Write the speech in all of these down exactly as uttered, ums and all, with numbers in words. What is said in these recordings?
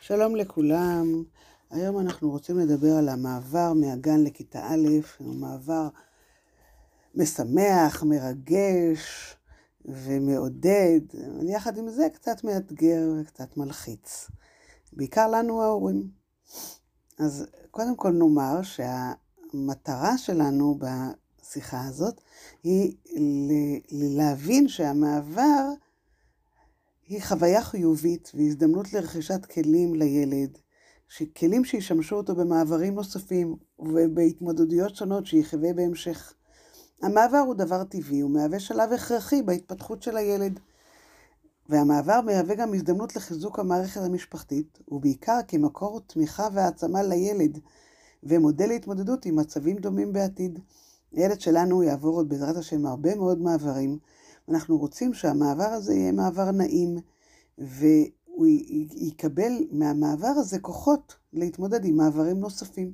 שלום לכולם. היום אנחנו רוצים לדבר על המעבר מהגן לכיתה א', הוא מעבר משמח, מרגש ומעודד, יחד עם זה קצת מאתגר וקצת מלחיץ, בעיקר לנו ההורים. אז קודם כל נאמר שהמטרה שלנו בשיחה הזאת היא להבין שהמעבר היא חוויה חיובית והזדמנות לרכישת כלים לילד, כלים שישמשו אותו במעברים נוספים ובהתמודדויות שונות שיחווה בהמשך. המעבר הוא דבר טבעי, הוא מהווה שלב הכרחי בהתפתחות של הילד, והמעבר מהווה גם הזדמנות לחיזוק המערכת המשפחתית, ובעיקר כמקור תמיכה והעצמה לילד, ומודל להתמודדות עם מצבים דומים בעתיד. הילד שלנו יעבור עוד בעזרת השם הרבה מאוד מעברים, אנחנו רוצים שהמעבר הזה יהיה מעבר נעים, והוא יקבל מהמעבר הזה כוחות להתמודד עם מעברים נוספים.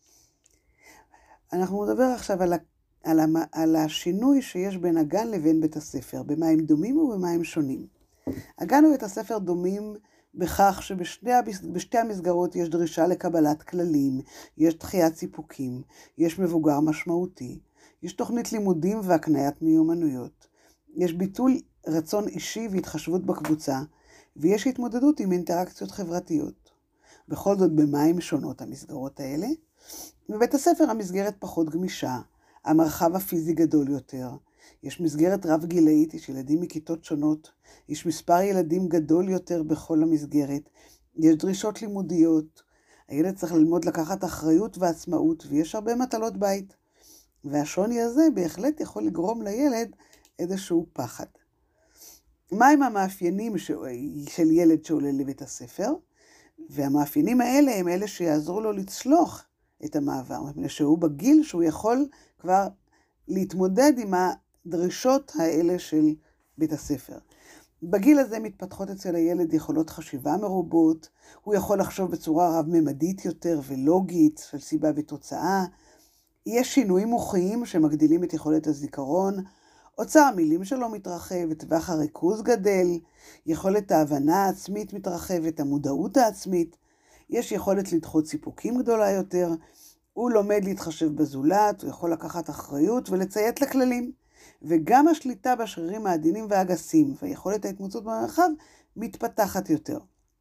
אנחנו נדבר עכשיו על, ה, על, ה, על השינוי שיש בין הגן לבין בית הספר, במה הם דומים ובמה הם שונים. הגן ובית הספר דומים בכך שבשתי המסגרות יש דרישה לקבלת כללים, יש דחיית סיפוקים, יש מבוגר משמעותי, יש תוכנית לימודים והקניית מיומנויות. יש ביטול רצון אישי והתחשבות בקבוצה, ויש התמודדות עם אינטראקציות חברתיות. בכל זאת, במה הם שונות המסגרות האלה? בבית הספר המסגרת פחות גמישה, המרחב הפיזי גדול יותר, יש מסגרת רב גילאית, יש ילדים מכיתות שונות, יש מספר ילדים גדול יותר בכל המסגרת, יש דרישות לימודיות, הילד צריך ללמוד לקחת אחריות ועצמאות, ויש הרבה מטלות בית. והשוני הזה בהחלט יכול לגרום לילד איזשהו פחד. מהם המאפיינים של ילד שעולה לבית הספר? והמאפיינים האלה הם אלה שיעזרו לו לצלוח את המעבר, מפני שהוא בגיל שהוא יכול כבר להתמודד עם הדרישות האלה של בית הספר. בגיל הזה מתפתחות אצל הילד יכולות חשיבה מרובות, הוא יכול לחשוב בצורה רב-ממדית יותר ולוגית של סיבה ותוצאה, יש שינויים מוחיים שמגדילים את יכולת הזיכרון, אוצר המילים שלו מתרחב, טווח הריכוז גדל, יכולת ההבנה העצמית מתרחבת, המודעות העצמית, יש יכולת לדחות סיפוקים גדולה יותר, הוא לומד להתחשב בזולת, הוא יכול לקחת אחריות ולציית לכללים, וגם השליטה בשרירים העדינים והגסים, ויכולת ההתמוצאות במרחב מתפתחת יותר.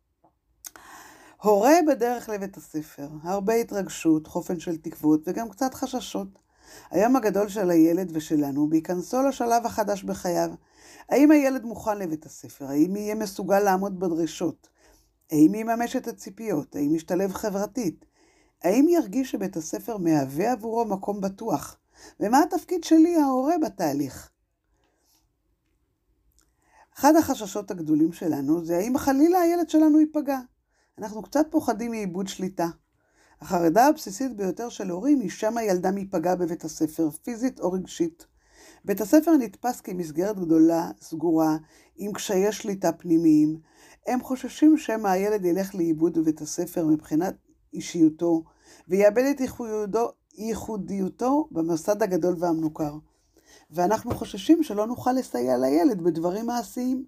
הורה בדרך לבית הספר, הרבה התרגשות, חופן של תקוות וגם קצת חששות. היום הגדול של הילד ושלנו בהיכנסו לשלב החדש בחייו. האם הילד מוכן לבית הספר? האם יהיה מסוגל לעמוד בדרישות? האם יממש את הציפיות? האם ישתלב חברתית? האם ירגיש שבית הספר מהווה עבורו מקום בטוח? ומה התפקיד שלי ההורה בתהליך? אחד החששות הגדולים שלנו זה האם חלילה הילד שלנו ייפגע. אנחנו קצת פוחדים מאיבוד שליטה. החרדה הבסיסית ביותר של הורים היא שמה ילדם ייפגע בבית הספר, פיזית או רגשית. בית הספר נתפס כמסגרת גדולה, סגורה, עם קשיי שליטה פנימיים. הם חוששים שמה הילד ילך לאיבוד בבית הספר מבחינת אישיותו, ויאבד את ייחודיותו, ייחודיותו במוסד הגדול והמנוכר. ואנחנו חוששים שלא נוכל לסייע לילד בדברים מעשיים.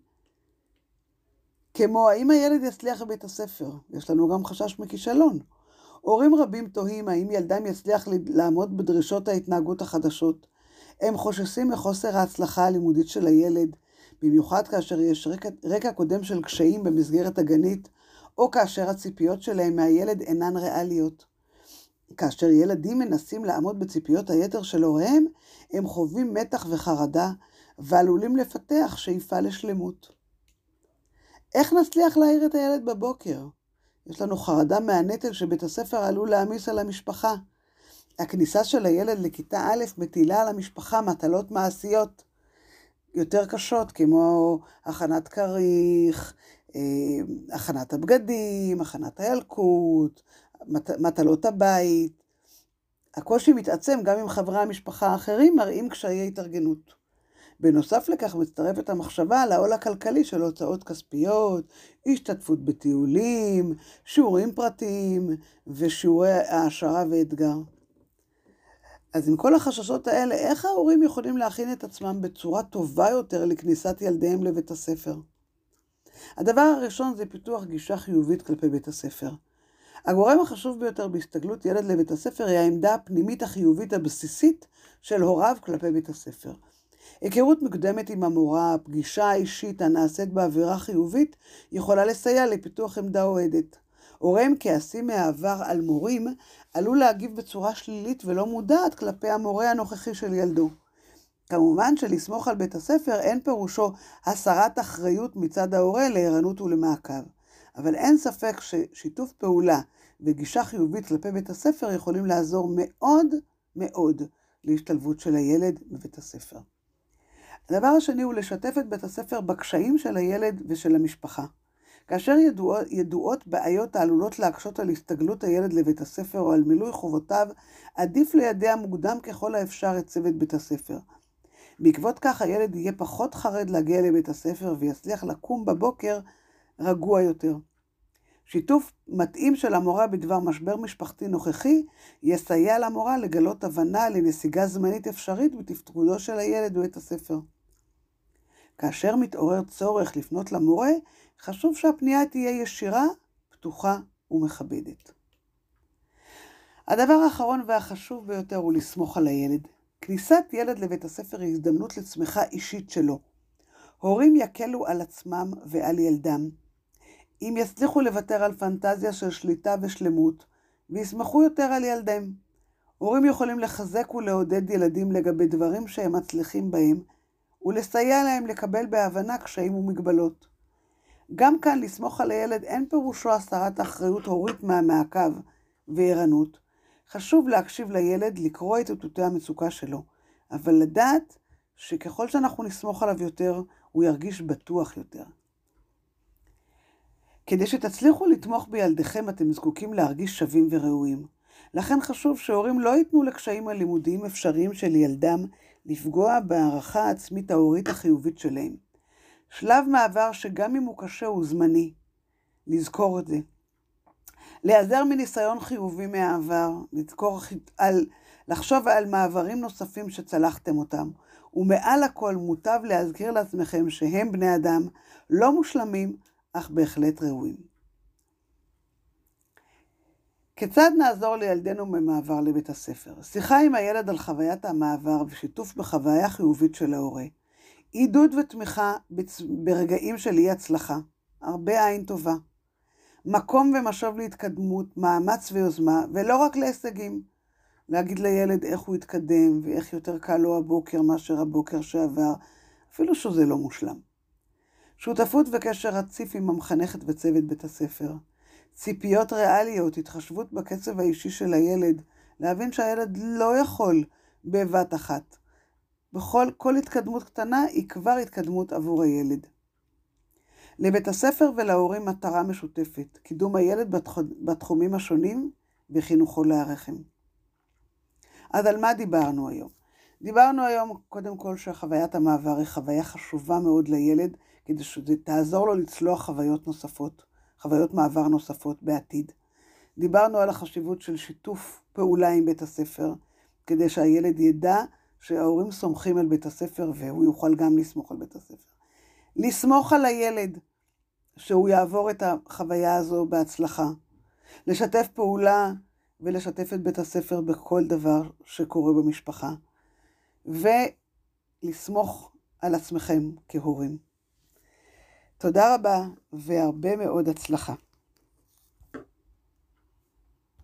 כמו האם הילד יצליח בבית הספר, יש לנו גם חשש מכישלון. הורים רבים תוהים האם ילדם יצליח לעמוד בדרישות ההתנהגות החדשות. הם חוששים מחוסר ההצלחה הלימודית של הילד, במיוחד כאשר יש רקע, רקע קודם של קשיים במסגרת הגנית, או כאשר הציפיות שלהם מהילד אינן ריאליות. כאשר ילדים מנסים לעמוד בציפיות היתר של הוריהם, הם חווים מתח וחרדה, ועלולים לפתח שאיפה לשלמות. איך נצליח להעיר את הילד בבוקר? יש לנו חרדה מהנטל שבית הספר עלול להעמיס על המשפחה. הכניסה של הילד לכיתה א' מטילה על המשפחה מטלות מעשיות יותר קשות, כמו הכנת כריך, הכנת הבגדים, הכנת הילקוט, מטלות הבית. הקושי מתעצם גם אם חברי המשפחה האחרים מראים קשיי התארגנות. בנוסף לכך מצטרפת המחשבה על העול הכלכלי של הוצאות כספיות, השתתפות בטיולים, שיעורים פרטיים ושיעורי העשרה ואתגר. אז עם כל החששות האלה, איך ההורים יכולים להכין את עצמם בצורה טובה יותר לכניסת ילדיהם לבית הספר? הדבר הראשון זה פיתוח גישה חיובית כלפי בית הספר. הגורם החשוב ביותר בהסתגלות ילד לבית הספר היא העמדה הפנימית החיובית הבסיסית של הוריו כלפי בית הספר. היכרות מוקדמת עם המורה, פגישה אישית הנעשית באווירה חיובית, יכולה לסייע לפיתוח עמדה אוהדת. הורים כעסים מהעבר על מורים עלול להגיב בצורה שלילית ולא מודעת כלפי המורה הנוכחי של ילדו. כמובן שלסמוך על בית הספר אין פירושו הסרת אחריות מצד ההורה לערנות ולמעקב. אבל אין ספק ששיתוף פעולה וגישה חיובית כלפי בית הספר יכולים לעזור מאוד מאוד להשתלבות של הילד בבית הספר. הדבר השני הוא לשתף את בית הספר בקשיים של הילד ושל המשפחה. כאשר ידוע, ידועות בעיות העלולות להקשות על הסתגלות הילד לבית הספר או על מילוי חובותיו, עדיף לידע מוקדם ככל האפשר את צוות בית הספר. בעקבות כך הילד יהיה פחות חרד להגיע לבית הספר ויצליח לקום בבוקר רגוע יותר. שיתוף מתאים של המורה בדבר משבר משפחתי נוכחי יסייע למורה לגלות הבנה לנסיגה זמנית אפשרית בתפקודו של הילד בבית הספר. כאשר מתעורר צורך לפנות למורה, חשוב שהפנייה תהיה ישירה, פתוחה ומכבדת. הדבר האחרון והחשוב ביותר הוא לסמוך על הילד. כניסת ילד לבית הספר היא הזדמנות לצמיחה אישית שלו. הורים יקלו על עצמם ועל ילדם. אם יצליחו לוותר על פנטזיה של שליטה ושלמות, ויסמכו יותר על ילדם. הורים יכולים לחזק ולעודד ילדים לגבי דברים שהם מצליחים בהם, ולסייע להם לקבל בהבנה קשיים ומגבלות. גם כאן לסמוך על הילד אין פירושו הסרת אחריות הורית מהמעקב וערנות. חשוב להקשיב לילד, לקרוא את אותותי המצוקה שלו, אבל לדעת שככל שאנחנו נסמוך עליו יותר, הוא ירגיש בטוח יותר. כדי שתצליחו לתמוך בילדיכם, אתם זקוקים להרגיש שווים וראויים. לכן חשוב שהורים לא ייתנו לקשיים הלימודיים אפשריים של ילדם לפגוע בהערכה העצמית ההורית החיובית שלהם. שלב מעבר שגם אם הוא קשה הוא זמני. לזכור את זה. להיעזר מניסיון חיובי מהעבר, לזכור על, לחשוב על מעברים נוספים שצלחתם אותם. ומעל הכל מוטב להזכיר לעצמכם שהם בני אדם לא מושלמים, אך בהחלט ראויים. כיצד נעזור לילדנו במעבר לבית הספר? שיחה עם הילד על חוויית המעבר ושיתוף בחוויה חיובית של ההורה. עידוד ותמיכה ברגעים של אי הצלחה. הרבה עין טובה. מקום ומשוב להתקדמות, מאמץ ויוזמה, ולא רק להישגים. להגיד לילד איך הוא יתקדם ואיך יותר קל לו הבוקר מאשר הבוקר שעבר, אפילו שזה לא מושלם. שותפות וקשר רציף עם המחנכת וצוות בית הספר. ציפיות ריאליות, התחשבות בקצב האישי של הילד, להבין שהילד לא יכול בבת אחת. בכל כל התקדמות קטנה היא כבר התקדמות עבור הילד. לבית הספר ולהורים מטרה משותפת, קידום הילד בתחומים השונים וחינוכו לערכים. אז על מה דיברנו היום? דיברנו היום קודם כל שחוויית המעבר היא חוויה חשובה מאוד לילד, כדי שתעזור לו לצלוח חוויות נוספות, חוויות מעבר נוספות בעתיד. דיברנו על החשיבות של שיתוף פעולה עם בית הספר, כדי שהילד ידע שההורים סומכים על בית הספר, והוא יוכל גם לסמוך על בית הספר. לסמוך על הילד, שהוא יעבור את החוויה הזו בהצלחה. לשתף פעולה ולשתף את בית הספר בכל דבר שקורה במשפחה. ולסמוך על עצמכם כהורים. תודה רבה והרבה מאוד הצלחה.